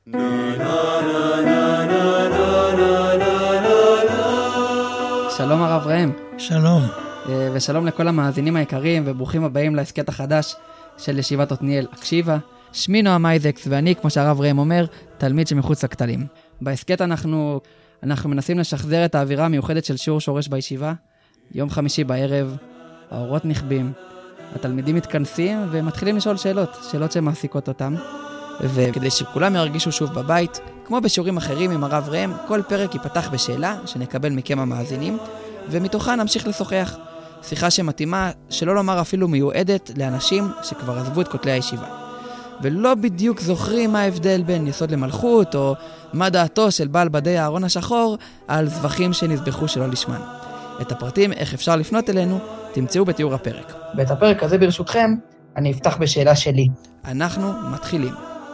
שלום הרב ראם. שלום. ושלום לכל המאזינים היקרים, וברוכים הבאים להסכת החדש של ישיבת עתניאל הקשיבה. שמי נועם אייזקס, ואני, כמו שהרב ראם אומר, תלמיד שמחוץ לכתלים. בהסכת אנחנו מנסים לשחזר את האווירה המיוחדת של שיעור שורש בישיבה. יום חמישי בערב, האורות נכבים, התלמידים מתכנסים ומתחילים לשאול שאלות שמעסיקות אותם. וכדי שכולם ירגישו שוב בבית, כמו בשיעורים אחרים עם הרב ראם, כל פרק ייפתח בשאלה שנקבל מכם המאזינים, ומתוכה נמשיך לשוחח. שיחה שמתאימה, שלא לומר אפילו מיועדת, לאנשים שכבר עזבו את כותלי הישיבה. ולא בדיוק זוכרים מה ההבדל בין יסוד למלכות, או מה דעתו של בעל בדי הארון השחור על זבחים שנזבחו שלא לשמן. את הפרטים, איך אפשר לפנות אלינו, תמצאו בתיאור הפרק. ואת הפרק הזה ברשותכם, אני אפתח בשאלה שלי. אנחנו מתחילים.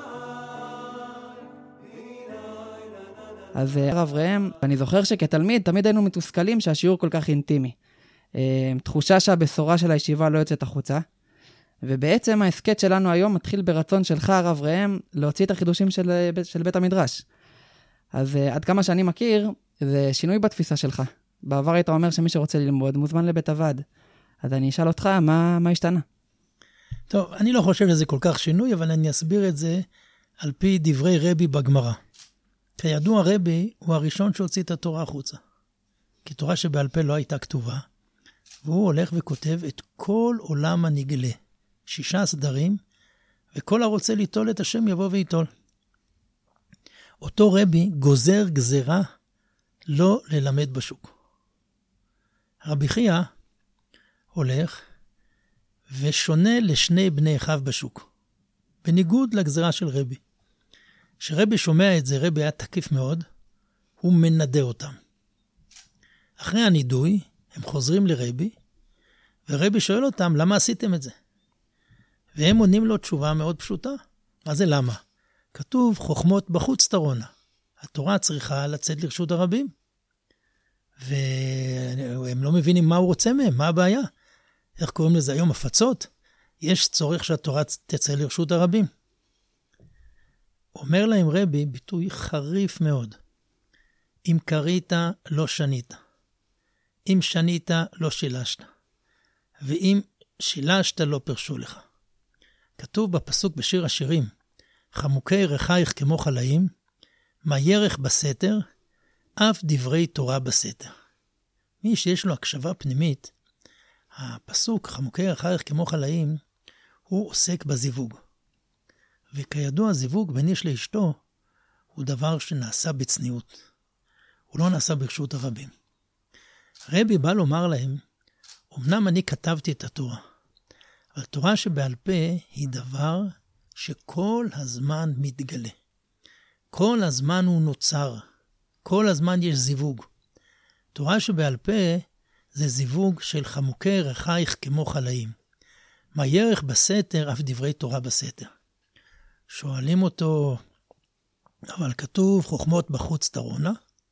אז הרב ראם, אני זוכר שכתלמיד תמיד היינו מתוסכלים שהשיעור כל כך אינטימי. תחושה שהבשורה של הישיבה לא יוצאת החוצה. ובעצם ההסכת שלנו היום מתחיל ברצון שלך, הרב ראם, להוציא את החידושים של בית המדרש. אז עד כמה שאני מכיר, זה שינוי בתפיסה שלך. בעבר היית אומר שמי שרוצה ללמוד מוזמן לבית הוועד. אז אני אשאל אותך, מה השתנה? טוב, אני לא חושב שזה כל כך שינוי, אבל אני אסביר את זה על פי דברי רבי בגמרא. כידוע, רבי הוא הראשון שהוציא את התורה החוצה. כי תורה שבעל פה לא הייתה כתובה, והוא הולך וכותב את כל עולם הנגלה. 6 סדרים, וכל הרוצה ליטול את השם יבוא ויטול. אותו רבי גוזר גזרה לא ללמד בשוק. רבי חייא הולך ושונה לשני בני אחיו בשוק, בניגוד לגזרה של רבי. כשרבי שומע את זה, רבי היה תקיף מאוד, הוא מנדה אותם. אחרי הנידוי, הם חוזרים לרבי, ורבי שואל אותם, למה עשיתם את זה? והם עונים לו תשובה מאוד פשוטה. מה זה למה? כתוב, חוכמות בחוץ תרונה. התורה צריכה לצאת לרשות הרבים. והם לא מבינים מה הוא רוצה מהם, מה הבעיה. איך קוראים לזה היום? הפצות? יש צורך שהתורה תצא לרשות הרבים. אומר להם רבי, ביטוי חריף מאוד. אם קרית, לא שנית. אם שנית, לא שילשת. ואם שילשת, לא פרשו לך. כתוב בפסוק בשיר השירים, חמוקי רחייך כמו חלאים, מה ירך בסתר, אף דברי תורה בסתר. מי שיש לו הקשבה פנימית, הפסוק חמוקי רחייך כמו חלאים, הוא עוסק בזיווג. וכידוע זיווג בין איש לאשתו, הוא דבר שנעשה בצניעות. הוא לא נעשה ברשות הרבים. רבי בא לומר להם, אמנם אני כתבתי את התורה, אבל תורה שבעל פה היא דבר שכל הזמן מתגלה. כל הזמן הוא נוצר. כל הזמן יש זיווג. תורה שבעל פה זה זיווג של חמוקי רחייך כמו חלאים. מה ירך בסתר, אף דברי תורה בסתר. שואלים אותו, אבל כתוב חוכמות בחוץ תרונה.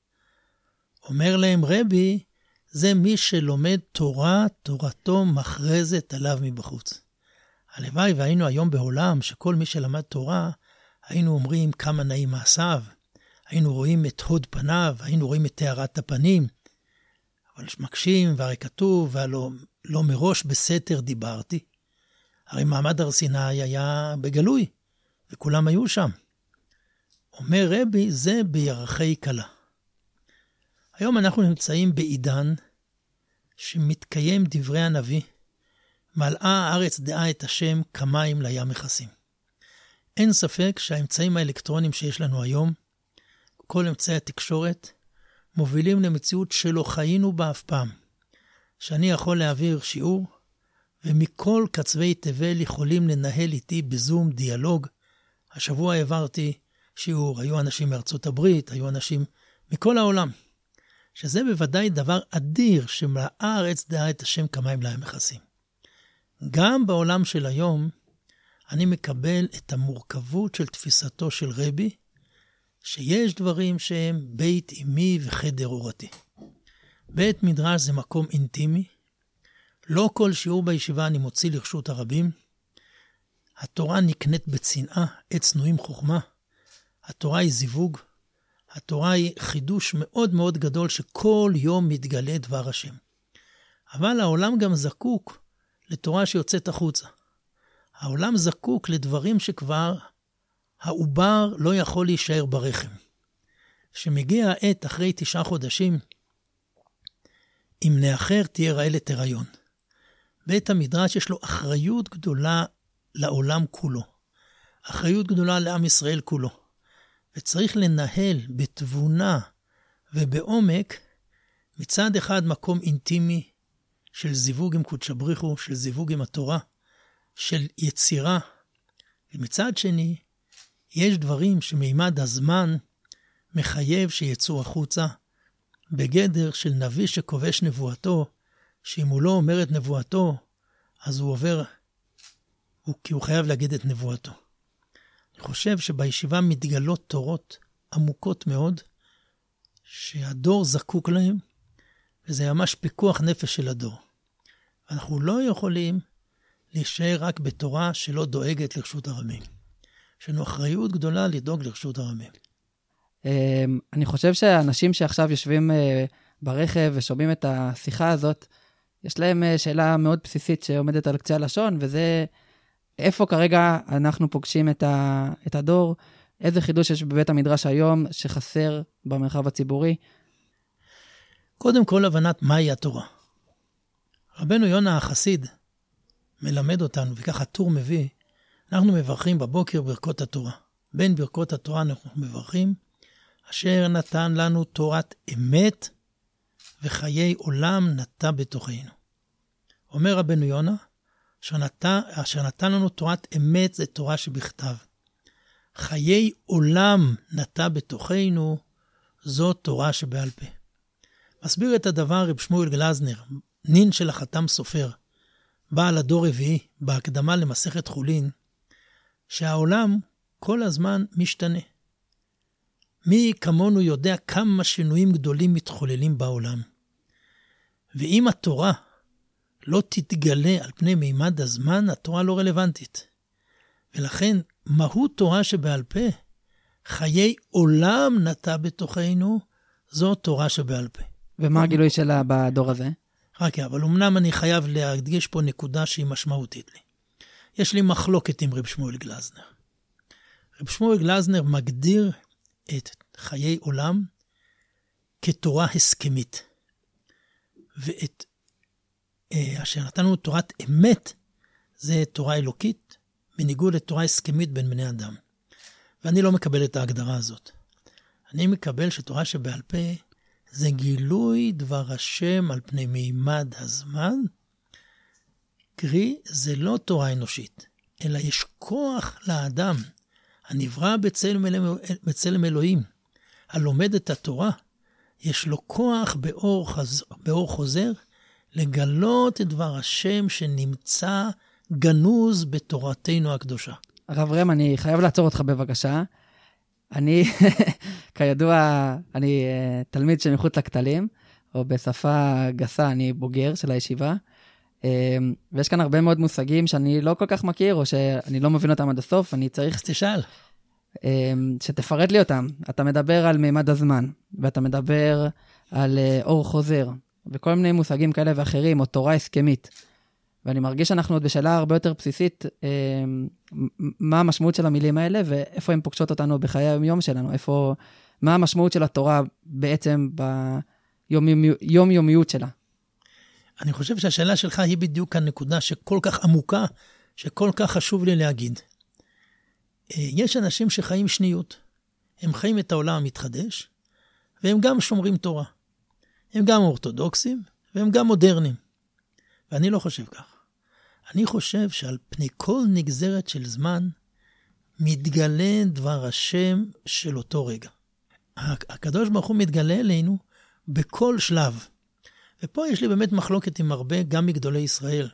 אומר להם רבי, זה מי שלומד תורה, תורתו מחרזת עליו מבחוץ. הלוואי והיינו היום בעולם שכל מי שלמד תורה, היינו אומרים כמה נעים מעשיו, היינו רואים את הוד פניו, היינו רואים את תארת הפנים, אבל מקשים, והרי כתוב, ולא מראש בסתר דיברתי. הרי מעמד הר סיני היה בגלוי, וכולם היו שם. אומר רבי, זה בירחי קלה. היום אנחנו נמצאים בעידן שמתקיים דברי הנביא, מלאה הארץ דעה את השם כמים לים מכסים. אין ספק שהאמצעים האלקטרונים שיש לנו היום, כל אמצעי התקשורת, מובילים למציאות שלא חיינו בה אף פעם. שאני יכול להעביר שיעור, ומכל קצווי תבל יכולים לנהל איתי בזום דיאלוג. השבוע העברתי שיעור, היו אנשים מארצות הברית, היו אנשים מכל העולם. שזה בוודאי דבר אדיר שמלאה הארץ דעה את השם כמים לים מכסים. גם בעולם של היום, אני מקבל את המורכבות של תפיסתו של רבי, שיש דברים שהם בית אמי וחדר אורתי. בית מדרש זה מקום אינטימי, לא כל שיעור בישיבה אני מוציא לרשות הרבים, התורה נקנית בצנעה, עת צנועים חוכמה, התורה היא זיווג, התורה היא חידוש מאוד מאוד גדול שכל יום מתגלה דבר השם. אבל העולם גם זקוק לתורה שיוצאת החוצה. העולם זקוק לדברים שכבר העובר לא יכול להישאר ברחם. שמגיע העת אחרי 9 חודשים, אם נאחר תהיה רעלת הריון. בית המדרש יש לו אחריות גדולה לעולם כולו. אחריות גדולה לעם ישראל כולו. וצריך לנהל בתבונה ובעומק מצד אחד מקום אינטימי של זיווג עם קודש בריחו, של זיווג עם התורה, של יצירה. ומצד שני, יש דברים שמימד הזמן מחייב שיצאו החוצה, בגדר של נביא שכובש נבואתו, שאם הוא לא אומר את נבואתו, אז הוא עובר, כי הוא חייב להגיד את נבואתו. אני חושב שבישיבה מתגלות תורות עמוקות מאוד, שהדור זקוק להם, וזה ממש פיקוח נפש של הדור. אנחנו לא יכולים להישאר רק בתורה שלא דואגת לרשות הרבים. יש לנו אחריות גדולה לדאוג לרשות הרבים. אני חושב שהאנשים שעכשיו יושבים ברכב ושומעים את השיחה הזאת, יש להם שאלה מאוד בסיסית שעומדת על קצה הלשון, וזה איפה כרגע אנחנו פוגשים את הדור, איזה חידוש יש בבית המדרש היום שחסר במרחב הציבורי. קודם כל הבנת מהי התורה. רבנו יונה החסיד מלמד אותנו, וככה טור מביא, אנחנו מברכים בבוקר ברכות התורה. בין ברכות התורה אנחנו מברכים, אשר נתן לנו תורת אמת וחיי עולם נטע בתוכנו. אומר רבנו יונה, אשר נתן לנו תורת אמת זה תורה שבכתב. חיי עולם נטע בתוכנו, זו תורה שבעל פה. מסביר את הדבר רב שמואל גלזנר, נין של החתם סופר, בעל הדור רביעי, בהקדמה למסכת חולין, שהעולם כל הזמן משתנה. מי כמונו יודע כמה שינויים גדולים מתחוללים בעולם. ואם התורה לא תתגלה על פני מימד הזמן, התורה לא רלוונטית. ולכן, מהו תורה שבעל פה? חיי עולם נטע בתוכנו, זו תורה שבעל פה. ומה הגילוי שלה בדור הזה? אבל אמנם אני חייב להדגיש פה נקודה שהיא משמעותית לי. יש לי מחלוקת עם רב שמואל גלזנר. רב שמואל גלזנר מגדיר את חיי עולם כתורה הסכמית. ואת אשר נתנו תורת אמת, זה תורה אלוקית, בניגוד לתורה הסכמית בין בני אדם. ואני לא מקבל את ההגדרה הזאת. אני מקבל שתורה שבעל פה זה גילוי דבר השם על פני מימד הזמן, קרי זה לא תורה אנושית, אלא יש כוח לאדם, הנברא בצלם אלוהים, הלומד את התורה, יש לו כוח באור חוזר, לגלות את דבר השם שנמצא גנוז בתורתנו הקדושה. הרב רם, אני חייב לעצור אותך בבקשה. אני, כידוע, אני תלמיד שמחוץ לכתלים, או בשפה גסה, אני בוגר של הישיבה, ויש כאן הרבה מאוד מושגים שאני לא כל כך מכיר, או שאני לא מבין אותם עד הסוף, אני צריך... אז תשאל. שתפרט לי אותם. אתה מדבר על מימד הזמן, ואתה מדבר על אור חוזר, וכל מיני מושגים כאלה ואחרים, או תורה הסכמית. ואני מרגיש שאנחנו עוד בשאלה הרבה יותר בסיסית, מה המשמעות של המילים האלה, ואיפה הן פוגשות אותנו בחיי היום-יום שלנו, מה המשמעות של התורה בעצם ביום-יומיות שלה. אני חושב שהשאלה שלך היא בדיוק הנקודה שכל כך עמוקה, שכל כך חשוב לי להגיד. יש אנשים שחיים שניות, הם חיים את העולם המתחדש, והם גם שומרים תורה. הם גם אורתודוקסים, והם גם מודרניים. ואני לא חושב כך. אני חושב שעל פני כל נגזרת של זמן, מתגלה דבר השם של אותו רגע. הקדוש ברוך הוא מתגלה אלינו בכל שלב. ופה יש לי באמת מחלוקת עם הרבה, גם מגדולי ישראל.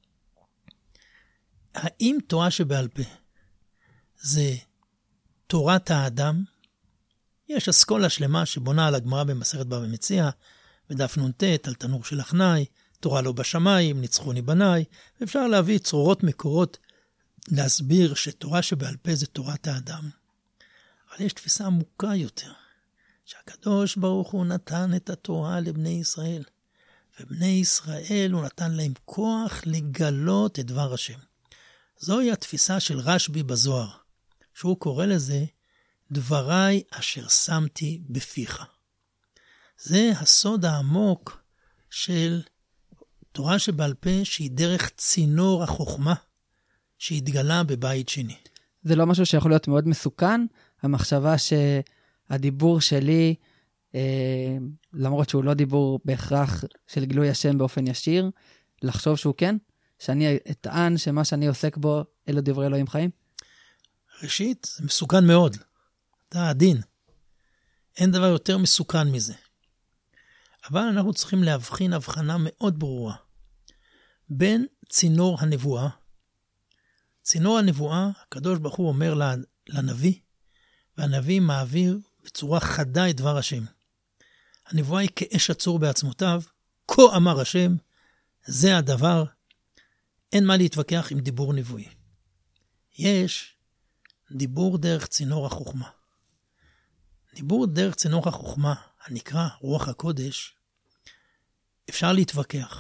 האם תורה שבעל פה זה תורת האדם? יש אסכולה שלמה שבונה על הגמרא במסכת בבא מציעא, בדף נ"ט, על תנור של אחנאי, תורה לא בשמיים, ניצחוני בניי, ואפשר להביא צרורות מקורות להסביר שתורה שבעל פה זה תורת האדם. אבל יש תפיסה עמוקה יותר, שהקדוש ברוך הוא נתן את התורה לבני ישראל, ובני ישראל הוא נתן להם כוח לגלות את דבר השם. זוהי התפיסה של רשב"י בזוהר, שהוא קורא לזה, דבריי אשר שמתי בפיך. זה הסוד העמוק של תורה שבעל פה, שהיא דרך צינור החוכמה, שהתגלה בבית שני. זה לא משהו שיכול להיות מאוד מסוכן, המחשבה שהדיבור שלי, למרות שהוא לא דיבור בהכרח של גילוי השם באופן ישיר, לחשוב שהוא כן, שאני אטען שמה שאני עוסק בו, אלו דברי אלוהים חיים? ראשית, זה מסוכן מאוד. אתה עדין. אין דבר יותר מסוכן מזה. אבל אנחנו צריכים להבחין הבחנה מאוד ברורה. בין צינור הנבואה, צינור הנבואה, הקדוש ברוך הוא אומר לנביא, והנביא מעביר בצורה חדה את דבר השם. הנבואה היא כאש עצור בעצמותיו, כה אמר השם, זה הדבר, אין מה להתווכח עם דיבור נבואי. יש דיבור דרך צינור החוכמה. דיבור דרך צינור החוכמה, הנקרא רוח הקודש, אפשר להתווכח.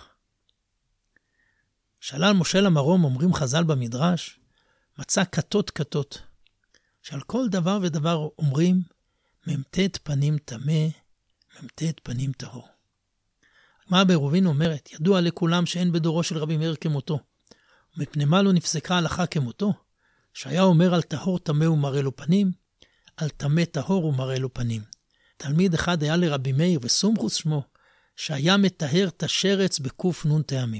שלל משה למרום, אומרים חז"ל במדרש, מצא כתות, שעל כל דבר ודבר אומרים, ממתת פנים טמא, ממתת פנים טהור. הגמרא בעירובין אומרת, ידוע לכולם שאין בדורו של רבי מאיר כמותו, ומפני מה לא נפסקה הלכה כמותו, שהיה אומר על טהור טמא ומראה לו פנים, על טמא טהור ומראה לו פנים. תלמיד אחד היה לרבי מאיר וסומכוס שמו, שהיה מטהר את השרץ בקוף נון טעמים.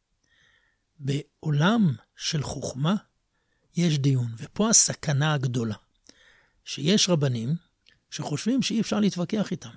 בעולם של חוכמה יש דיון, ופה הסכנה הגדולה, שיש רבנים שחושבים שאי אפשר להתווכח איתם.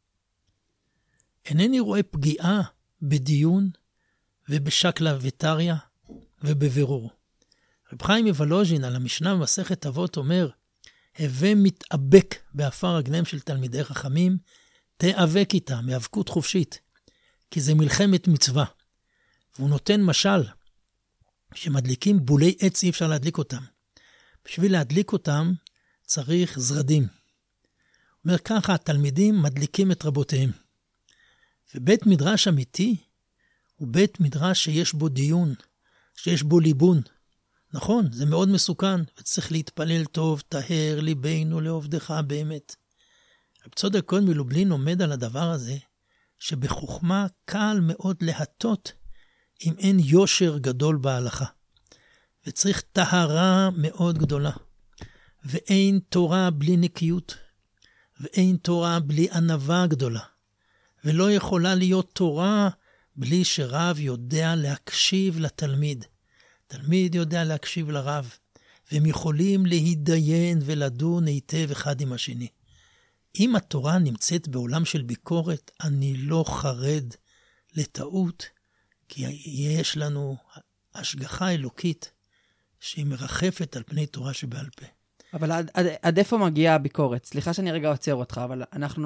אינני רואה פגיעה בדיון ובשקלא וטריא ובבירור. רב חיים מוולוז'ין על המשנה במסכת אבות אומר, הווה מתאבק באפר רגליהם של תלמידי חכמים, תאבק איתם, מאבקות חופשית, כי זה מלחמת מצווה. והוא נותן משל, שמדליקים בולי עץ אי אפשר להדליק אותם. בשביל להדליק אותם צריך זרדים. הוא אומר ככה, התלמידים מדליקים את רבותיהם. ובית מדרש אמיתי הוא בית מדרש שיש בו דיון, שיש בו ליבון. נכון, זה מאוד מסוכן, וצריך להתפלל טוב, טהר ליבנו לעובדך באמת. רב צודק כהן מלובלין עומד על הדבר הזה, שבחוכמה קל מאוד להטות, אם אין יושר גדול בהלכה. וצריך טהרה מאוד גדולה. ואין תורה בלי נקיות. ואין תורה בלי ענווה גדולה. ולא יכולה להיות תורה בלי שרב יודע להקשיב לתלמיד. תלמיד יודע להקשיב לרב. והם יכולים להידיין ולדון היטב אחד עם השני. אם התורה נמצאת בעולם של ביקורת, אני לא חרד לטעות, כי יש לנו השגחה אלוקית שהיא מרחפת על פני תורה שבעל פה. אבל עד איפה מגיעה הביקורת? סליחה שאני רגע עוצר אותך, אבל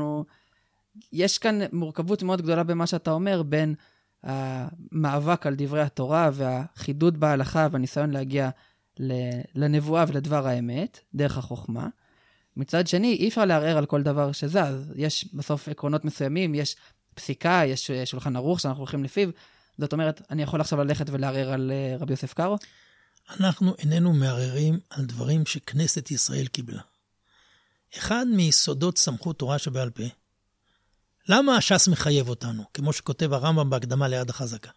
יש כאן מורכבות מאוד גדולה במה שאתה אומר, בין המאבק על דברי התורה והחידוד בהלכה והניסיון להגיע לנבואה ולדבר האמת, דרך החוכמה. מצד שני, אי אפשר לערער על כל דבר שזז. יש בסוף עקרונות מסוימים, יש פסיקה, יש שולחן ערוך שאנחנו הולכים לפיו. זאת אומרת, אני יכול עכשיו ללכת ולערער על רבי יוסף קארו? אנחנו איננו מערערים על דברים שכנסת ישראל קיבלה. אחד מיסודות סמכות תורה שבעל פה, למה הש"ס מחייב אותנו? כמו שכותב הרמב"ם בהקדמה ליד החזקה.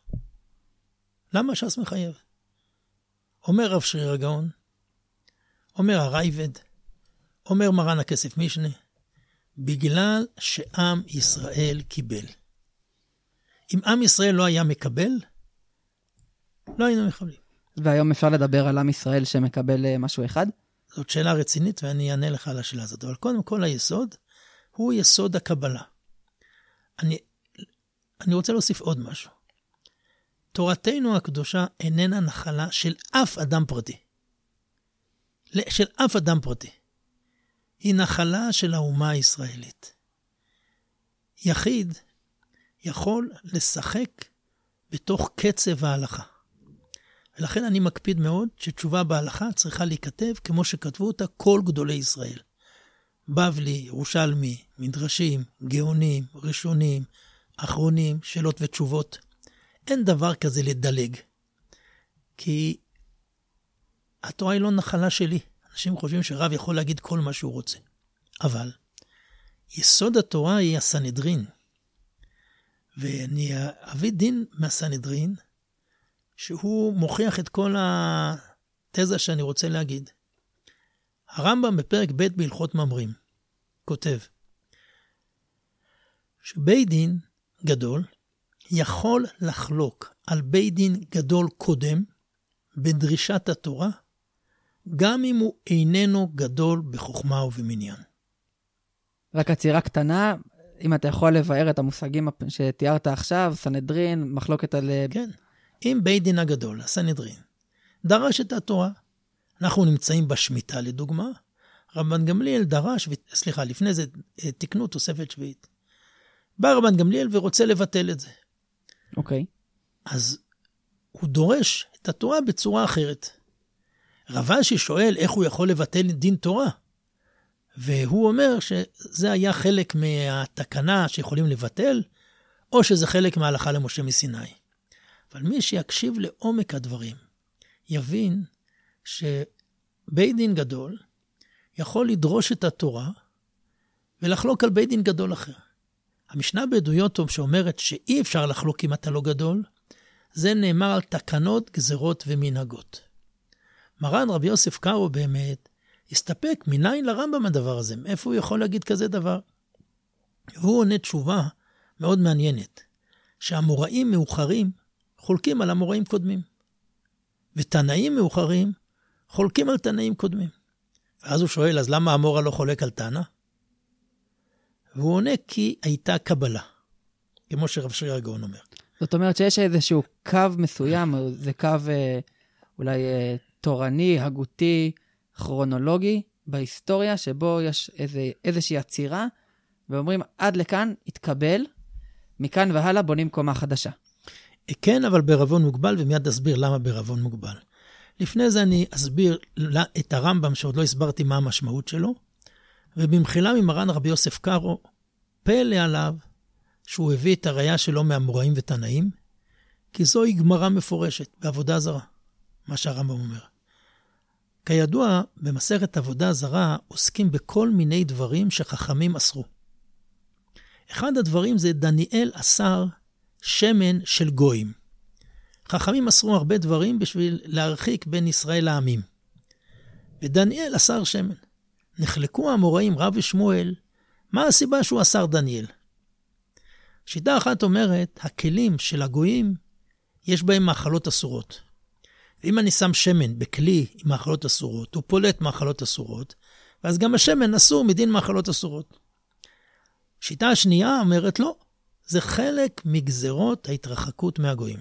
למה הש"ס מחייב? אומר רב שריר הגאון, אומר הרייבד, אומר מרן הכסף משנה, בגלל שעם ישראל קיבל. אם עם ישראל לא היה מקבל, לא היינו מקבלים. והיום אפשר לדבר על עם ישראל שמקבל משהו אחד? זאת שאלה רצינית ואני אענה לך על השאלה הזאת. אבל קודם כל היסוד הוא יסוד הקבלה. אני רוצה להוסיף עוד משהו. תורתנו הקדושה איננה נחלה של אף אדם פרטי. של אף אדם פרטי. היא נחלה של האומה הישראלית. יחיד יכול לשחק בתוך קצב ההלכה. ולכן אני מקפיד מאוד שתשובה בהלכה צריכה להיכתב כמו שכתבו אותה כל גדולי ישראל. בבלי, ירושלמי, מדרשים, גאונים, ראשונים, אחרונים, שאלות ותשובות. אין דבר כזה לדלג. כי התורה היא לא נחלה שלי. אנשים חושבים שרב יכול להגיד כל מה שהוא רוצה. אבל יסוד התורה היא הסנהדרין. ואני אביא דין מהסנהדרין, שהוא מוכיח את כל התזה שאני רוצה להגיד. הרמב"ם בפרק ב' בהלכות ממרים, כותב, שבית דין גדול יכול לחלוק על בית דין גדול קודם, בדרישת התורה, גם אם הוא איננו גדול בחוכמה ובמניין. רק עצירה קטנה, אם אתה יכול לבאר את המושגים שתיארת עכשיו, סנהדרין, מחלוקת על... כן, אם בית דין הגדול, הסנהדרין, דרש את התורה, אנחנו נמצאים בשמיטה לדוגמה, רבן גמליאל דרש, סליחה, לפני זה תקנו תוספת שביעית. בא רבן גמליאל ורוצה לבטל את זה. אוקיי. אז הוא דורש את התורה בצורה אחרת. רב אשי שואל איך הוא יכול לבטל דין תורה. והוא אומר שזה היה חלק מהתקנה שיכולים לבטל, או שזה חלק מההלכה למשה מסיני. אבל מי שיקשיב לעומק הדברים, יבין שבית דין גדול יכול לדרוש את התורה ולחלוק על בית דין גדול אחר. המשנה בעדויות שאומרת שאי אפשר לחלוק אם אתה לא גדול, זה נאמר על תקנות, גזרות ומנהגות. מרן רבי יוסף קארו באמת הסתפק מניין לרמב"ם הדבר הזה, מאיפה הוא יכול להגיד כזה דבר? והוא עונה תשובה מאוד מעניינת, שהאמוראים מאוחרים חולקים על אמוראים קודמים, ותנאים מאוחרים חולקים על תנאים קודמים. ואז הוא שואל, אז למה האמורא לא חולק על תנא? והוא עונה כי הייתה קבלה, כמו שרב שרי הגאון אומר. זאת אומרת שיש איזשהו קו מסוים, זה קו אולי תורני, הגותי, כרונולוגי, בהיסטוריה, שבו יש איזושהי עצירה, ואומרים עד לכאן התקבל, מכאן והלאה בונים קומה חדשה. כן, אבל בערבון מוגבל, ומיד אסביר למה בערבון מוגבל. לפני זה אני אסביר את הרמב"ם, שעוד לא הסברתי מה המשמעות שלו, ובמחילה ממרן רבי יוסף קארו, פלא עליו שהוא הביא את הראייה שלו מאמוראים ותנאים, כי זוהי גמרא מפורשת בעבודה זרה, מה שהרמב"ם אומר. כידוע, במסכת עבודה זרה עוסקים בכל מיני דברים שחכמים אסרו. אחד הדברים זה דניאל אסר שמן של גויים. חכמים אסרו הרבה דברים בשביל להרחיק בין ישראל לעמים. ודניאל אסר שמן. נחלקו האמוראים רב ושמואל, מה הסיבה שהוא אסר דניאל? שיטה אחת אומרת, הכלים של הגויים יש בהם מאכלות אסורות. ואם אני שם שמן בכלי עם מאכלות אסורות, הוא פולט מאכלות אסורות, ואז גם השמן אסור מדין מאכלות אסורות. שיטה השנייה אומרת לא, זה חלק מגזרות ההתרחקות מהגויים.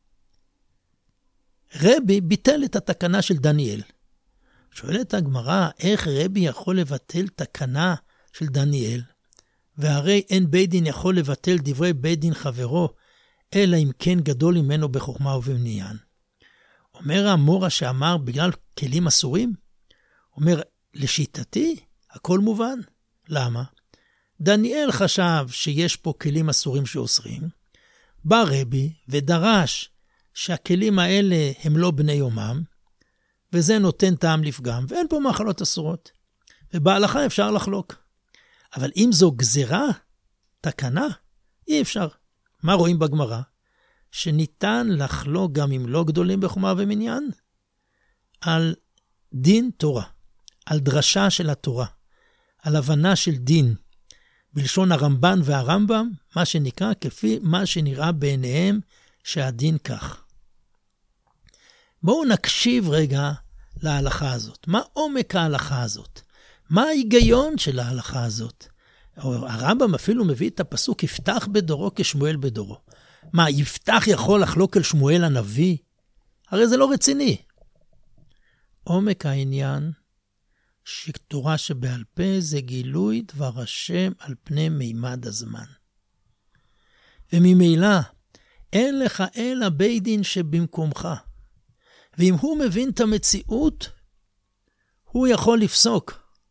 רבי ביטל את התקנה של דניאל. שואלת הגמרא, איך רבי יכול לבטל תקנה של דניאל? והרי אין בית דין יכול לבטל דברי בית דין חברו, אלא אם כן גדול ממנו בחוכמה ובמניין. אומר האמורא שאמר בגלל כלים אסורים? אומר, לשיטתי, הכל מובן. למה? דניאל חשב שיש פה כלים אסורים שאוסרים, בא רבי ודרש שהכלים האלה הם לא בני יומם, וזה נותן טעם לפגם, ואין פה מאכלות אסורות. ובהלכה אפשר לחלוק. אבל אם זו גזרה, תקנה, אי אפשר. מה רואים בגמרא? שניתן לחלוק גם אם לא גדולים בחוכמה ומניין, על דין תורה, על דרשה של התורה, על הבנה של דין, בלשון הרמב"ן והרמב"ם, מה שנקרא כפי מה שנראה בעיניהם שהדין כך. בואו נקשיב רגע להלכה הזאת. מה עומק ההלכה הזאת? מה ההיגיון של ההלכה הזאת? הרמב"ם אפילו מביא את הפסוק, יפתח בדורו כשמואל בדורו. מה, יפתח יכול לחלוק על שמואל הנביא? הרי זה לא רציני. עומק העניין, שתורה שבעל פה זה גילוי דבר השם על פני מימד הזמן. וממילא, אין לך אלא בית דין שבמקומך. ואם הוא מבין את המציאות, הוא יכול לפסוק.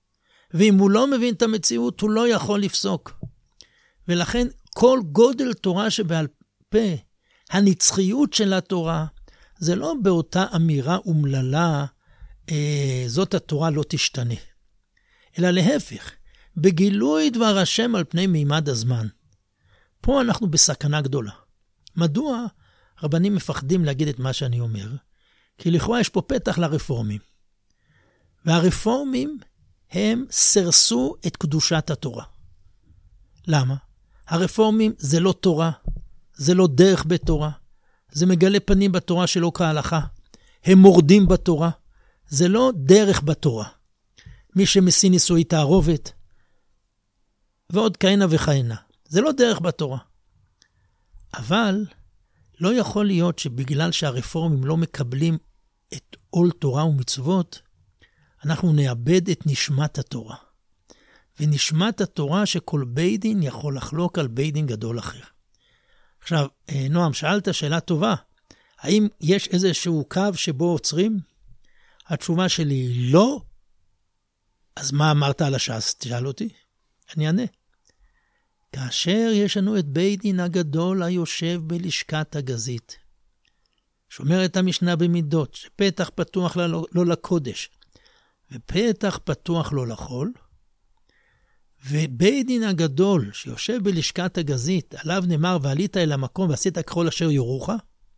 ואם הוא לא מבין את המציאות, הוא לא יכול לפסוק. ולכן כל גודל תורה שבעל פה, הנצחיות של התורה, זה לא באותה אמירה אומללה, זאת התורה לא תשתנה. אלא להפך, בגילוי דבר השם על פני מימד הזמן. פה אנחנו בסכנה גדולה. מדוע רבנים מפחדים להגיד את מה שאני אומר? כי לכאורה יש פה פתח לרפורמים. והרפורמים הם סרסו את קדושת התורה. למה? הרפורמים זה לא תורה, זה לא דרך בתורה, זה מגלה פנים בתורה שלא כהלכה. הם מורדים בתורה, זה לא דרך בתורה. מי שמשיא נישואי תערובת, ועוד כהנה וכהנה. זה לא דרך בתורה. אבל לא יכול להיות שבגלל שהרפורמים לא מקבלים את עול תורה ומצוות, אנחנו נאבד את נשמת התורה. ונשמת התורה שכל בית דין יכול לחלוק על בית דין גדול אחר. עכשיו, נועם, שאלת שאלה טובה. האם יש איזשהו קו שבו עוצרים? התשובה שלי היא לא. אז מה אמרת על הש"ס? תשאל אותי. אני אענה. כאשר יש לנו את בית דין הגדול היושב בלשכת הגזית, שאומרת המשנה במידות, שפתח פתוח לא לקודש, ופתח פתוח לא לחול, ובית דין הגדול שיושב בלשכת הגזית, עליו נאמר ועלית אל המקום ועשית ככל אשר יורוך.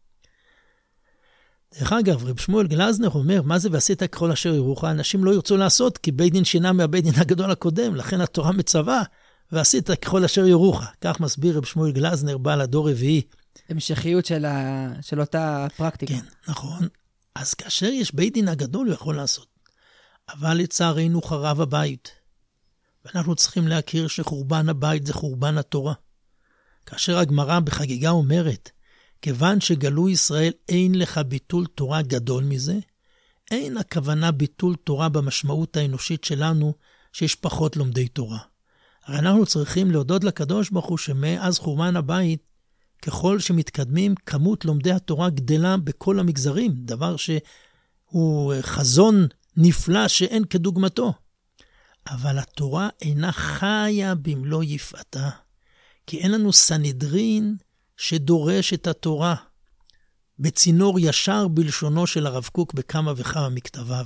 דרך אגב, רב שמואל גלזנר אומר, מה זה ועשית ככל אשר יורוך? אנשים לא ירצו לעשות, כי בית דין שינה מהבית דין הגדול הקודם, לכן התורה מצווה, ועשית ככל אשר יורוך. כך מסביר רב שמואל גלזנר, בעל הדור רביעי. המשכיות של אותה פרקטיקה. כן, נכון. אז כאשר יש בית דין הגדול, הוא יכול לעשות. אבל לצערנו חרב הבית. ואנחנו צריכים להכיר שחורבן הבית זה חורבן התורה. כאשר הגמרא בחגיגה אומרת, כיוון שגלו ישראל אין לך ביטול תורה גדול מזה, אין הכוונה ביטול תורה במשמעות האנושית שלנו, שיש פחות לומדי תורה. הרי אנחנו צריכים להודות לקדוש ברוך הוא שמאז חורבן הבית, ככל שמתקדמים, כמות לומדי התורה גדלה בכל המגזרים, דבר שהוא חזון נפלא שאין כדוגמתו. אבל התורה אינה חיה במלוא יפעתה, כי אין לנו סנהדרין שדורש את התורה, בצינור ישר בלשונו של הרב קוק בכמה וכמה מכתביו.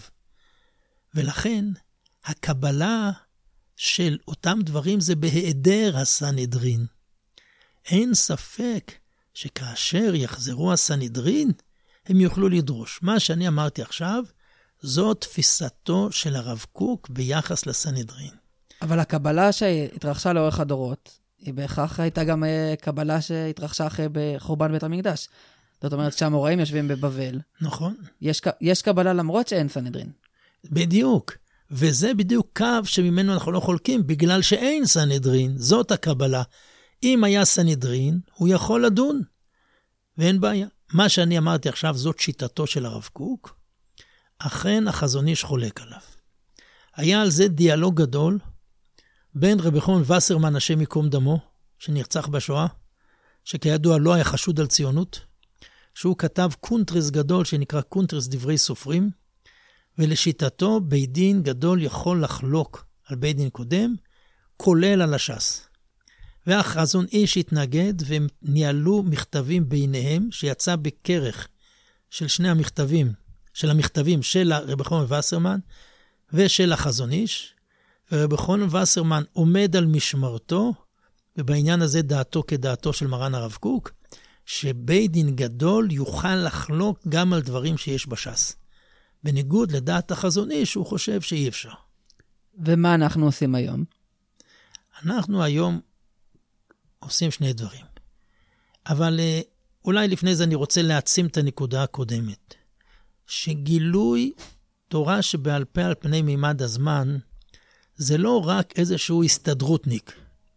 ולכן הקבלה של אותם דברים זה בהיעדר הסנהדרין. אין ספק שכאשר יחזרו הסנהדרין, הם יוכלו לדרוש. מה שאני אמרתי עכשיו, זו תפיסתו של הרב קוק ביחס לסנהדרין. אבל הקבלה שהתרחשה לאורך הדורות, היא בהכרח הייתה גם קבלה שהתרחשה אחרי בחורבן בית המקדש. זאת אומרת, כשהאמוראים יושבים בבבל. נכון. יש קבלה למרות שאין סנהדרין. בדיוק. וזה בדיוק קו שממנו אנחנו לא חולקים, בגלל שאין סנהדרין. זאת הקבלה. אם היה סנהדרין, הוא יכול לדון. ואין בעיה. מה שאני אמרתי עכשיו, זאת שיטתו של הרב קוק. אכן החזון איש חולק עליו. היה על זה דיאלוג גדול, בין רבי חנן וסרמן, השם ייקום דמו, שנרצח בשואה, שכידוע לא היה חשוד על ציונות, שהוא כתב קונטרס גדול שנקרא קונטרס דברי סופרים, ולשיטתו בית דין גדול יכול לחלוק על בית דין קודם, כולל על הש"ס. והחזון איש התנגד, והם ניהלו מכתבים ביניהם, שיצא בכרך של שני המכתבים, של המכתבים של רבי חנן וסרמן, ושל החזון איש, ורבי חנן וסרמן עומד על משמרתו, ובעניין הזה דעתו כדעתו של מרן הרב קוק, שבית דין גדול יוכל לחלוק גם על דברים שיש בש"ס. בניגוד לדעת החזון איש, הוא חושב שאי אפשר. ומה אנחנו עושים היום? אנחנו היום עושים שני דברים. אבל אולי לפני זה אני רוצה להעצים את הנקודה הקודמת. שגילוי תורה שבעל פה על פני מימד הזמן, זה לא רק איזשהו הסתדרותניק,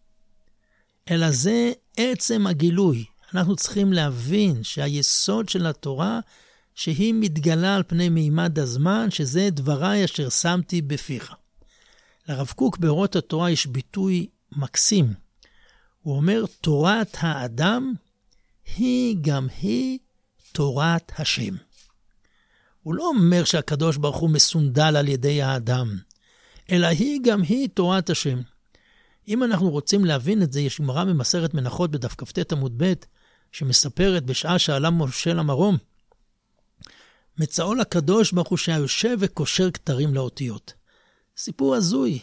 אלא זה עצם הגילוי. אנחנו צריכים להבין שהיסוד של התורה, שהיא מתגלה על פני מימד הזמן, שזה דבריי אשר שמתי בפיך. לרב קוק באורות התורה יש ביטוי מקסים. הוא אומר, תורת האדם היא גם היא תורת השם. הוא לא אומר שהקדוש ברוך הוא מסונדל על ידי האדם, אלא גם היא תורת השם. אם אנחנו רוצים להבין את זה, יש גמרא במסכת מנחות בדף כ"ט עמוד ב', שמספרת בשעה שעלה משה למרום, מצאו לקדוש ברוך הוא שיושב וקושר כתרים לאותיות. סיפור הזוי.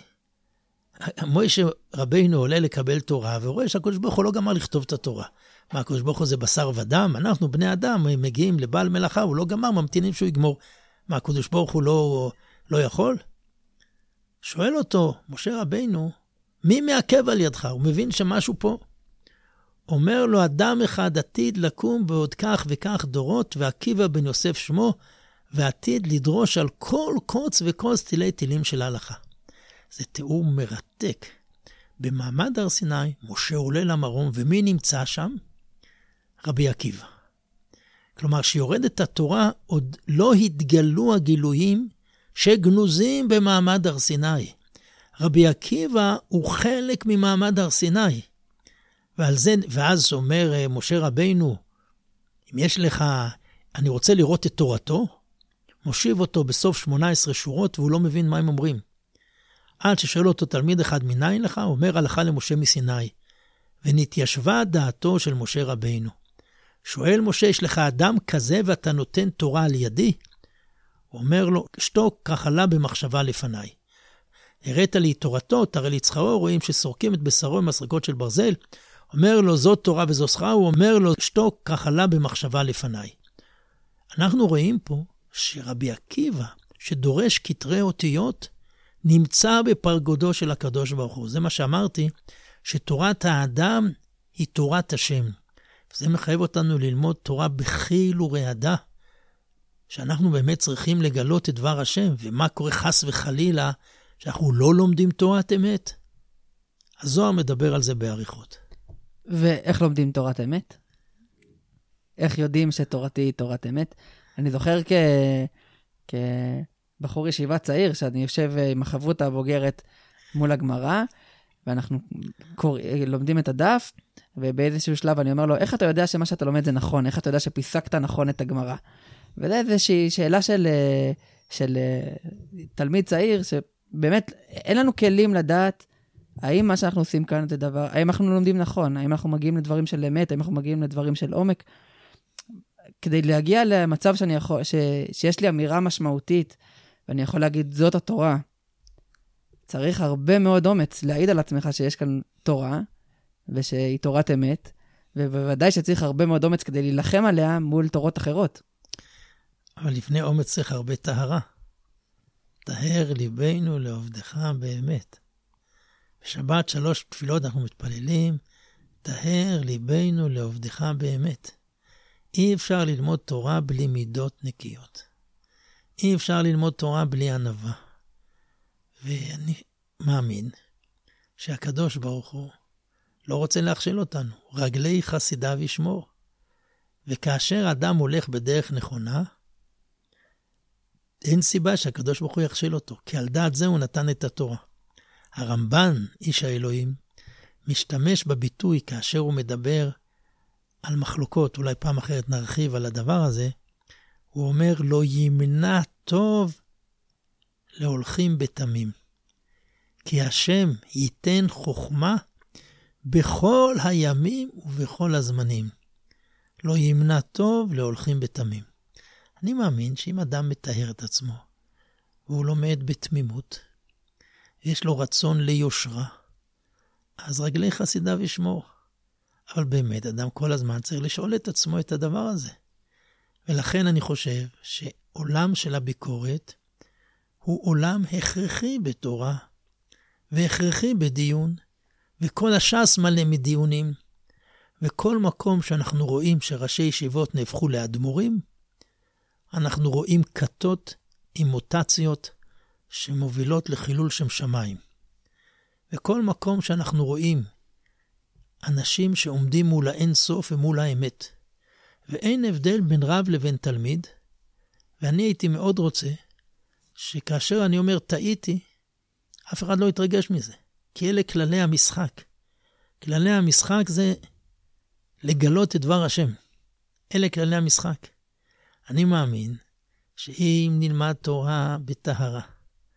משה רבינו עולה לקבל תורה, ורואה שהקדוש ברוך הוא לא גמר לכתוב את התורה. מה, הקדוש ברוך הוא זה בשר ודם? אנחנו בני אדם מגיעים לבעל מלאכה, הוא לא גמר, ממתינים שהוא יגמור. מה, הקדוש ברוך הוא לא יכול? שואל אותו, משה רבינו, מי מעכב על ידך? הוא מבין שמשהו פה. אומר לו, אדם אחד עתיד לקום בעוד כך וכך דורות, ועקיבא בן יוסף שמו, ועתיד לדרוש על כל קוץ וקוץ תילי תילים של ההלכה. זה תיאור מרתק. במעמד הר סיני, משה עולה למרום, ומי נמצא שם? רבי עקיבא. כלומר, שיורדת התורה, עוד לא התגלו הגילויים שגנוזים במעמד הר סיני. רבי עקיבא הוא חלק ממעמד הר סיני. ואז אומר משה רבינו, אם יש לך, אני רוצה לראות את תורתו, מושיב אותו בסוף 18 שורות, והוא לא מבין מה הם אומרים. עד ששואל אותו תלמיד אחד, מניין לך? אומר הלכה למשה מסיני. ונתיישבה דעתו של משה רבינו. שואל משה, יש לך אדם כזה ואתה נותן תורה על ידי? הוא אומר לו, שתוק, כך עלה במחשבה לפניי. הראת לי תורתו, תראה לי צחרו, רואים שסורקים את בשרו עם מסריקות של ברזל. אומר לו, זאת תורה וזו שכרה, הוא אומר לו, שתוק, כך עלה במחשבה לפניי. אנחנו רואים פה שרבי עקיבא, שדורש כתרי אותיות, נמצא בפרגודו של הקדוש ברוך הוא. זה מה שאמרתי, שתורת האדם היא תורת השם. זה מחייב אותנו ללמוד תורה בחיל ורעדה, שאנחנו באמת צריכים לגלות את דבר השם, ומה קורה חס וחלילה, שאנחנו לא לומדים תורת אמת. הזוהר מדבר על זה בעריכות. ואיך לומדים תורת אמת? איך יודעים שתורתי היא תורת אמת? אני זוכר כבחור ישיבה צעיר, שאני יושב עם החברותה הבוגרת מול הגמרא, ואנחנו לומדים את הדף, ובאיזשהו שלב אני אומר לו, איך אתה יודע שמה שאתה לומד זה נכון? איך אתה יודע שפיסקת נכון את הגמרא? וזה איזושהי שאלה של תלמיד צעיר, שבאמת אין לנו כלים לדעת האם מה שאנחנו עושים כאן זה דבר, האם אנחנו לומדים נכון, האם אנחנו מגיעים לדברים של אמת, האם אנחנו מגיעים לדברים של עומק. כדי להגיע למצב שיש לי אמירה משמעותית, ואני יכול להגיד, זאת התורה, צריך הרבה מאוד אומץ להעיד על עצמך שיש כאן תורה, ושהיא תורת אמת, ובוודאי שצריך הרבה מאוד אומץ כדי להילחם עליה מול תורות אחרות. אבל לפני אומץ צריך הרבה טהרה. טהר ליבנו לעובדך באמת. בשבת 3 תפילות אנחנו מתפללים, טהר ליבנו לעובדך באמת. אי אפשר ללמוד תורה בלי מידות נקיות. אי אפשר ללמוד תורה בלי ענווה. ואני מאמין שהקדוש ברוך הוא לא רוצה להכשיל אותנו. רגלי חסידיו ישמור. וכאשר אדם הולך בדרך נכונה, אין סיבה שהקדוש ברוך הוא יכשיל אותו, כי על דעת זה הוא נתן את התורה. הרמב"ן, איש האלוהים, משתמש בביטוי כאשר הוא מדבר על מחלוקות, אולי פעם אחרת נרחיב על הדבר הזה, הוא אומר, לא ימנע טוב להולכים בתמים, כי השם ייתן חוכמה בכל הימים ובכל הזמנים. לא ימנע טוב להולכים בתמים. אני מאמין שאם אדם מטהר את עצמו, והוא לומד בתמימות, יש לו רצון ליושרה, אז רגלי חסידיו ישמור. אבל באמת, אדם כל הזמן צריך לשאול את עצמו את הדבר הזה. ולכן אני חושב שעולם של הביקורת הוא עולם הכרחי בתורה, והכרחי בדיון, וכל הש"ס מלא מדיונים, וכל מקום שאנחנו רואים שראשי ישיבות נהפכו לאדמו"רים, אנחנו רואים כתות עם מוטציות שמובילות לחילול שם שמיים. וכל מקום שאנחנו רואים אנשים שעומדים מול האין סוף ומול האמת, ואין הבדל בין רב לבין תלמיד, ואני הייתי מאוד רוצה שכאשר אני אומר טעיתי, אף אחד לא יתרגש מזה, כי אלה כללי המשחק. כללי המשחק זה לגלות את דבר השם. אלה כללי המשחק. אני מאמין שאם נלמד תורה בטהרה,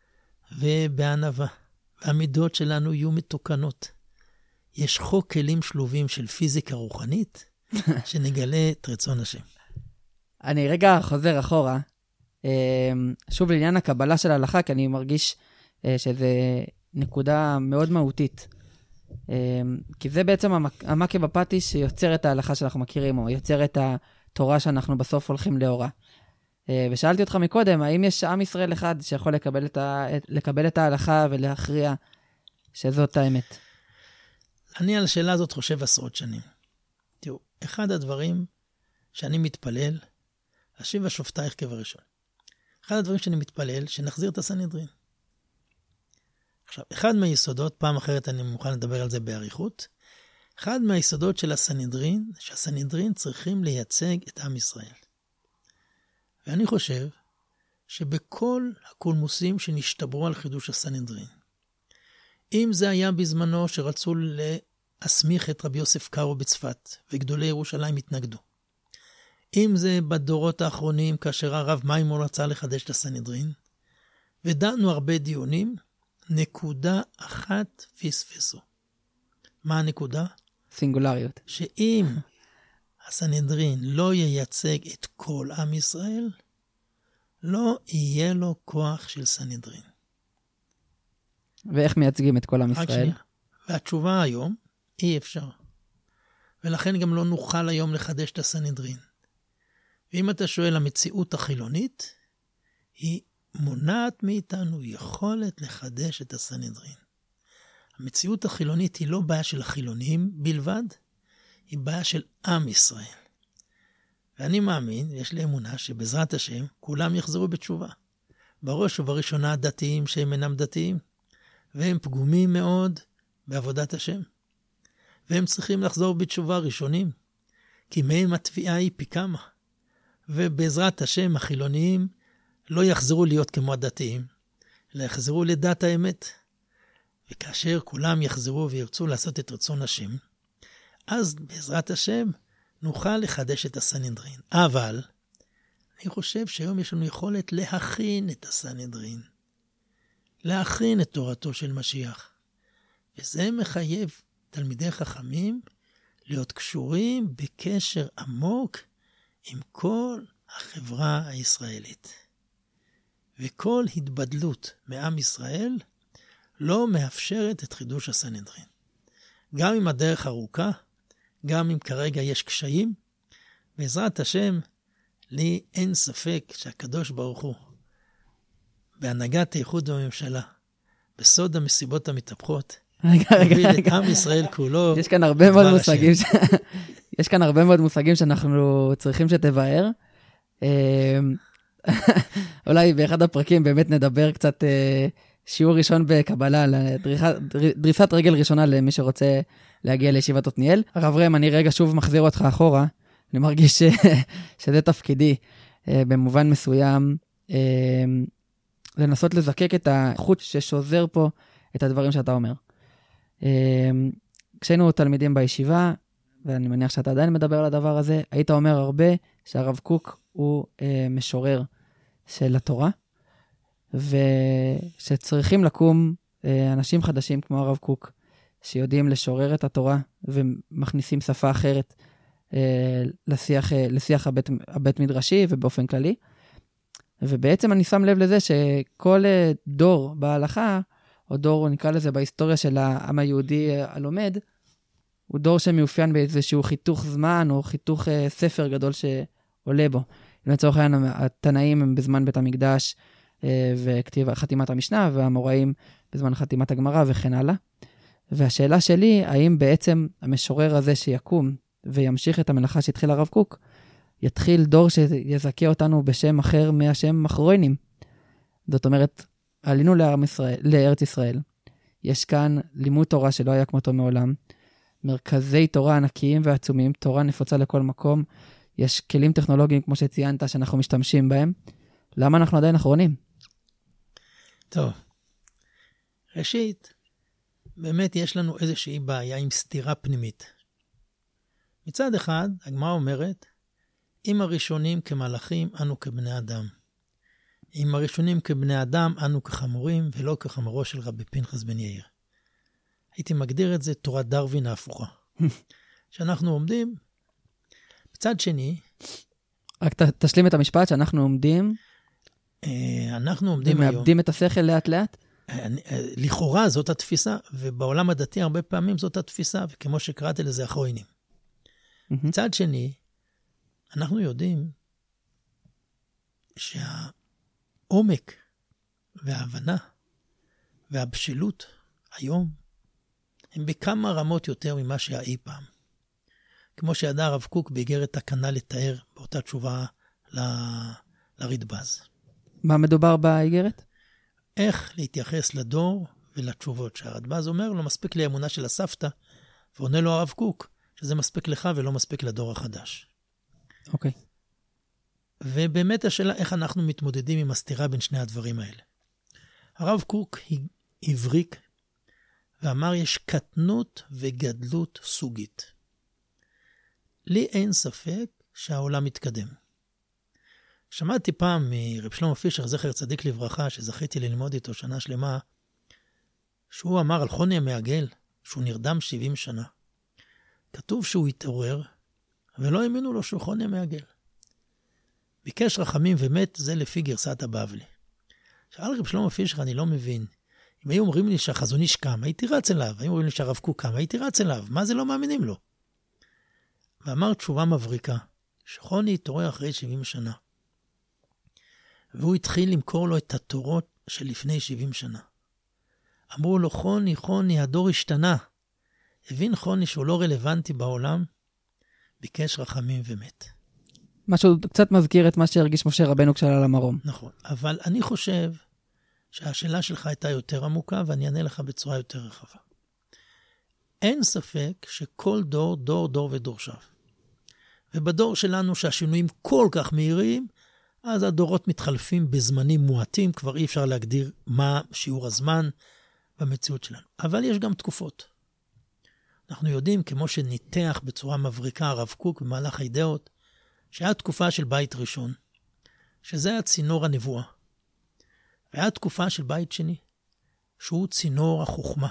ובענווה. והמידות שלנו יהיו מתוקנות. יש חוק כלים שלובים של פיזיקה רוחנית, שנגלה את רצון השם. אני רגע חוזר אחורה, שוב לעניין הקבלה של ההלכה, כי אני מרגיש שזה נקודה מאוד מהותית. כי זה בעצם המקה בפטיש שיוצר את ההלכה שאנחנו מכירים, או יוצר את התורה שאנחנו בסוף הולכים לאורה. ושאלתי אותך מקודם, האם יש עם ישראל אחד שיכול לקבל את ההלכה ולהכריע שזאת האמת? אני על השאלה הזאת חושב עשרות שנים. תראו, אחד הדברים שאני מתפלל, השיבה שופטייך כבראשון. אחד הדברים שאני מתפלל, שנחזיר את הסנהדרין. עכשיו, אחד מהיסודות, פעם אחרת אני מוכן לדבר על זה באריכות, אחד מהיסודות של הסנהדרין, שהסנהדרין צריכים לייצג את עם ישראל. ואני חושב שבכל הקולמוסים שנשתברו על חידוש הסנהדרין, אם זה היה בזמנו שרצו להסמיך את רבי יוסף קארו בצפת, וגדולי ירושלים התנגדו, אם זה בדורות האחרונים כאשר הרב מימון רצה לחדש את הסנהדרין, ודנו הרבה דיונים, נקודה אחת פספסו. מה הנקודה? סינגולריות. שאם הסנהדרין לא ייצג את כל עם ישראל, לא יהיה לו כוח של סנהדרין. ואיך מייצגים את כל עם ישראל? והתשובה היום, אי אפשר. ולכן גם לא נוכל היום לחדש את הסנהדרין. ואם אתה שואל, המציאות החילונית, היא מונעת מאיתנו יכולת לחדש את הסנהדרין. המציאות החילונית היא לא בעיה של החילונים בלבד, היא בעיה של עם ישראל. ואני מאמין, יש לי אמונה שבעזרת השם, כולם יחזרו בתשובה. בראש ובראשונה דתיים שהם אינם דתיים, והם פגומים מאוד בעבודת השם. והם צריכים לחזור בתשובה ראשונים, כי מהם התביעה היא פי כמה. ובעזרת השם החילוניים לא יחזרו להיות כמו הדתיים, אלא יחזרו לדת האמת. וכאשר כולם יחזרו וירצו לעשות את רצון השם, אז בעזרת השם נוכל לחדש את הסנהדרין. אבל אני חושב שהיום יש לנו יכולת להכין את הסנהדרין, להכין את תורתו של משיח. וזה מחייב תלמידי חכמים להיות קשורים בקשר עמוק עם כל החברה הישראלית. וכל התבדלות מעם ישראל לא מאפשרת את חידוש הסנהדרין. גם אם הדרך ארוכה, גם אם כרגע יש קשיים, בעזרת השם, לי אין ספק שהקדוש ברוך הוא, בהנהגת האיחוד בממשלה, בסוד המסיבות המתהפכות, הוביל את עם ישראל כולו. יש כאן הרבה מאוד מושגים, יש כאן הרבה מאוד מושגים שאנחנו צריכים שתבהר. אולי באחד הפרקים באמת נדבר קצת שיעור ראשון בקבלה, דריסת רגל ראשונה למי שרוצה להגיע לישיבת עתניאל. הרב ראם, אני רגע שוב מחזיר אותך אחורה, אני מרגיש שזה תפקידי במובן מסוים, לנסות לזקק את החוט ששוזר פה את הדברים שאתה אומר. כשהיינו תלמידים בישיבה, ואני מניח שאתה עדיין מדבר על הדבר הזה, היית אומר הרבה שהרב קוק הוא משורר של התורה, ושצריכים לקום אנשים חדשים כמו הרב קוק, שיודעים לשורר את התורה, ומכניסים שפה אחרת לשיח הבית מדרשי ובאופן כללי. ובעצם אני שם לב לזה שכל דור בהלכה, או דור נקרא לזה בהיסטוריה של העם היהודי הלומד, הוא דור שמאופיין באיזשהו חיתוך זמן, או חיתוך ספר גדול שעולה בו. לצורך העניין, התנאים הם בזמן בית המקדש, וחתימת המשנה, והאמוראים בזמן חתימת הגמרא וכן הלאה. והשאלה שלי, האם בעצם המשורר הזה שיקום, וימשיך את המלאכה שהתחיל הרב קוק, יתחיל דור שיזכה אותנו בשם אחר מהשם אחרונים. זאת אומרת, עלינו לארץ ישראל. יש כאן לימוד תורה שלא היה כמותו מעולם. מרכזי תורה ענקיים ועצומים, תורה נפוצה לכל מקום. יש כלים טכנולוגיים, כמו שציינת, שאנחנו משתמשים בהם. למה אנחנו עדיין אחרונים? טוב. ראשית, באמת יש לנו איזושהי בעיה עם סתירה פנימית. מצד אחד, הגמרא אומרת, אם הראשונים כמלאכים, אנו כבני אדם. אם הראשונים כבני אדם, אנו כחמורים, ולא כחמורו של רבי פנחס בן יאיר. הייתי מגדיר את זה תורת דרווין ההפוכה. שאנחנו עומדים, בצד שני... רק תשלים את המשפט שאנחנו עומדים... אנחנו עומדים היום... ומאבדים את השכל לאט לאט? לכאורה זאת התפיסה, ובעולם הדתי הרבה פעמים זאת התפיסה, וכמו שקראתי לזה אחרונים. מצד שני, אנחנו יודעים שהעומק וההבנה והבשלות היום הם בכמה רמות יותר ממה שהיה אי פעם. כמו שידע הרב קוק באיגרת תקנה לתאר באותה תשובה לרדב"ז. מה מדובר באיגרת? איך להתייחס לדור ולתשובות. שהרדב"ז אומר לו, מספיק לי אמונה של הסבתא, ועונה לו הרב קוק, שזה מספיק לך ולא מספיק לדור החדש. אוקיי. ובאמת השאלה איך אנחנו מתמודדים עם הסתירה בין שני הדברים האלה. הרב קוק הבריק ואמר יש קטנות וגדלות סוגית. לי אין ספק שהעולם מתקדם. שמעתי פעם מרב שלמה פישר, זכר צדיק לברכה, שזכיתי ללמוד איתו שנה שלמה, שהוא אמר על חוני המעגל, שהוא נרדם 70 שנה. כתוב שהוא התעורר, ולא האמינו לו שהוא חוני המעגל. ביקש רחמים ומת, זה לפי גרסת הבבלי. שאל רב שלמה פישר, אני לא מבין. אם היו אומרים לי שהחזון איש קם, הייתי רץ אליו. היו אומרים לי שהרב קוק קם, הייתי רץ אליו. מה זה לא מאמינים לו? ואמר תשובה מבריקה, שחוני התעורר אחרי 70 שנה. והוא התחיל למכור לו את התורות של לפני 70 שנה. אמרו לו, חוני, הדור השתנה. הבין חוני שהוא לא רלוונטי בעולם, ביקש רחמים ומת. משהו קצת מזכיר את מה שהרגיש משה רבנו כשעלה למרום. נכון, אבל אני חושב שהשאלה שלך הייתה יותר עמוקה, ואני אענה לך בצורה יותר רחבה. אין ספק שכל דור ודורשיו. ובדור שלנו שהשינויים כל כך מהירים, אז הדורות מתחלפים בזמנים מועטים, כבר אי אפשר להגדיר מה שיעור הזמן במציאות שלנו. אבל יש גם תקופות. אנחנו יודעים, כמו שניתח בצורה מבריקה הרב קוק במהלך האידאות, שהיה תקופה של בית ראשון, שזה היה צינור הנבואה. והיה תקופה של בית שני, שהוא צינור החוכמה.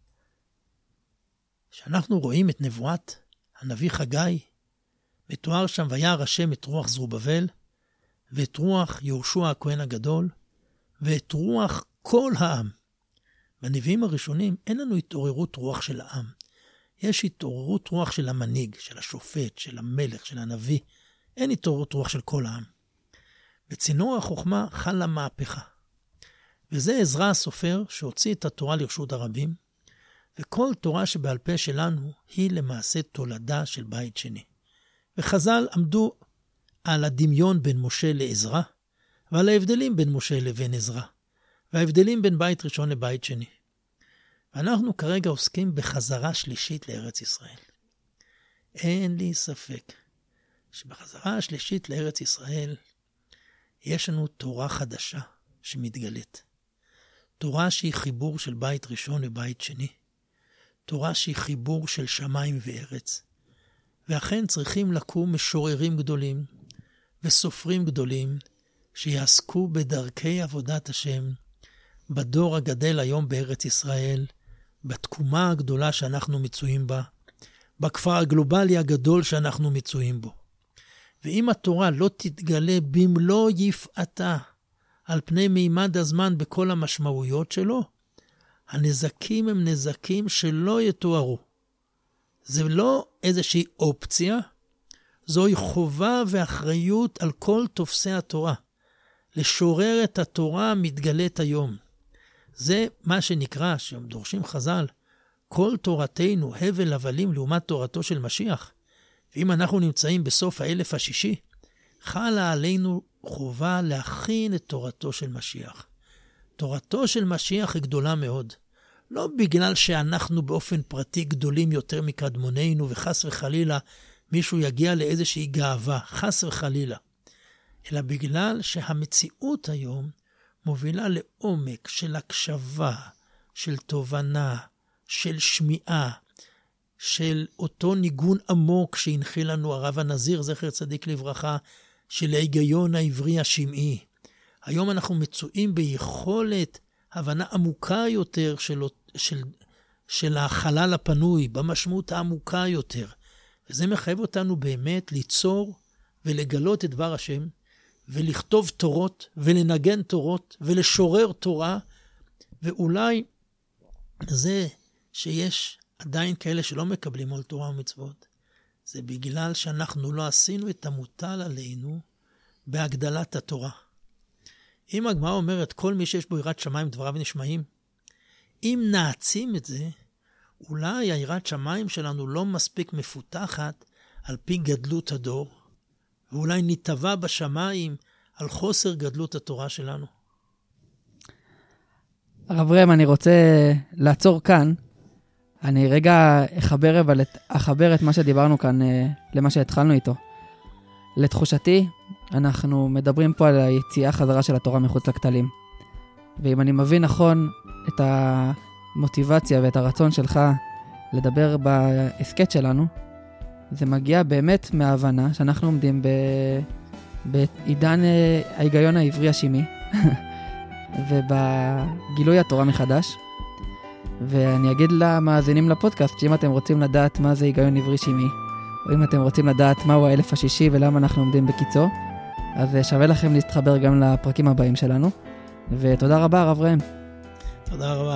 שאנחנו רואים את נבואת הנביא חגי, מתואר שם וירא השם את רוח זרובבל, ואת רוח יהושע הכהן הגדול, ואת רוח כל העם. בנביאים הראשונים אין לנו התעוררות רוח של העם. יש התעוררות רוח של המנהיג, של השופט, של המלך, של הנביא. אין התעוררות רוח של כל העם. בצינור החוכמה חלה מהפכה. וזה עזרא הסופר שהוציא את התורה לרשות הרבים, וכל תורה שבעל פה שלנו היא למעשה תולדה של בית שני. וחז"ל עמדו על הדמיון בין משה לעזרא, ועל ההבדלים בין משה לבין עזרא, וההבדלים בין בית ראשון לבית שני. ואנחנו כרגע עוסקים בחזרה שלישית לארץ ישראל. אין לי ספק שבחזרה השלישית לארץ ישראל יש לנו תורה חדשה שמתגלית. תורה שהיא חיבור של בית ראשון לבית שני. תורה שהיא חיבור של שמיים וארץ. ואכן צריכים לקום משוררים גדולים וסופרים גדולים שיעסקו בדרכי עבודת השם, בדור הגדל היום בארץ ישראל, בתקומה הגדולה שאנחנו מצויים בה, בכפר הגלובלי הגדול שאנחנו מצויים בו. ואם התורה לא תתגלה במלוא יפעתה על פני מימד הזמן בכל המשמעויות שלו, הנזקים הם נזקים שלא יתוארו. זה לא איזושהי אופציה, זוהי חובה ואחריות על כל תופסי התורה. לשורר את התורה המתגלית היום. זה מה שנקרא, שהם דורשים חז"ל, כל תורתנו הבל הבלים לעומת תורתו של משיח. ואם אנחנו נמצאים בסוף האלף השישי, חלה עלינו חובה להכין את תורתו של משיח. תורתו של משיח היא גדולה מאוד. לא בגלל שאנחנו באופן פרטי גדולים יותר מקדמוננו, וחס וחלילה מישהו יגיע לאיזושהי גאווה, חס וחלילה. אלא בגלל שהמציאות היום מובילה לעומק של הקשבה, של תובנה, של שמיעה, של אותו ניגון עמוק שהנחיל לנו הרב הנזיר, זכר צדיק לברכה, של ההיגיון העברי השמעי. היום אנחנו מצויים ביכולת הבנה עמוקה יותר של החלל הפנוי, במשמעות העמוקה יותר. וזה מחייב אותנו באמת ליצור ולגלות את דבר השם, ולכתוב תורות, ולנגן תורות, ולשורר תורה, ואולי זה שיש עדיין כאלה שלא מקבלים עול תורה ומצוות, זה בגלל שאנחנו לא עשינו את המוטל עלינו בהגדלת התורה. אם הגמרא אומרת, כל מי שיש בו יראת שמיים דבריו נשמעים, אם נעצים את זה, אולי היראת שמיים שלנו לא מספיק מפותחת על פי גדלות הדור, ואולי נטבע בשמיים על חוסר גדלות התורה שלנו. הרב ראם, אני רוצה לעצור כאן. אני רגע אחבר את מה שדיברנו כאן למה שהתחלנו איתו. לתחושתי, אנחנו מדברים פה על היציאה חזרה של התורה מחוץ לכתלים. ואם אני מבין נכון את המוטיבציה ואת הרצון שלך לדבר בעסקת שלנו, זה מגיע באמת מההבנה שאנחנו עומדים בעידן ההיגיון העברי השימי, ובגילוי התורה מחדש. ואני אגיד למאזינים לפודקאסט, שאם אתם רוצים לדעת מה זה היגיון עברי שימי, או אם אתם רוצים לדעת מהו האלף השישי ולמה אנחנו עומדים בקיצו, אז שווה לכם להתחבר גם לפרקים הבאים שלנו. ותודה רבה, הרב ראם. תודה רבה.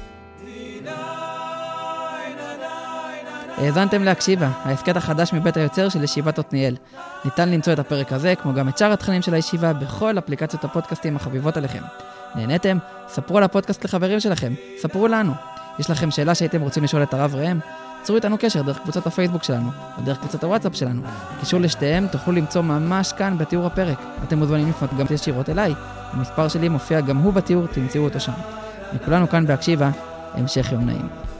האזנתם להקשיבה, ההסכת החדש מבית היוצר של ישיבת עתניאל. ניתן למצוא את הפרק הזה, כמו גם את שאר התכנים של הישיבה, בכל אפליקציות הפודקאסטים החביבות עליכם. נהניתם? ספרו על הפודקאסט לחברים שלכם, ספרו לנו. יש לכם שאלה שהייתם רוצים לשאול את הרב ראם? צרו איתנו קשר דרך קבוצת הפייסבוק שלנו, או דרך קבוצת הוואטסאפ שלנו. קישור לשתיהם תוכלו למצוא ממש כאן בתיאור הפרק. אתם מוזמנים לפנות גם ישירות אליי. המספר שלי מופיע גם הוא בתיאור, תמצאו אותו שם. מכולנו כאן בהקשיבה, המשך יום נעים.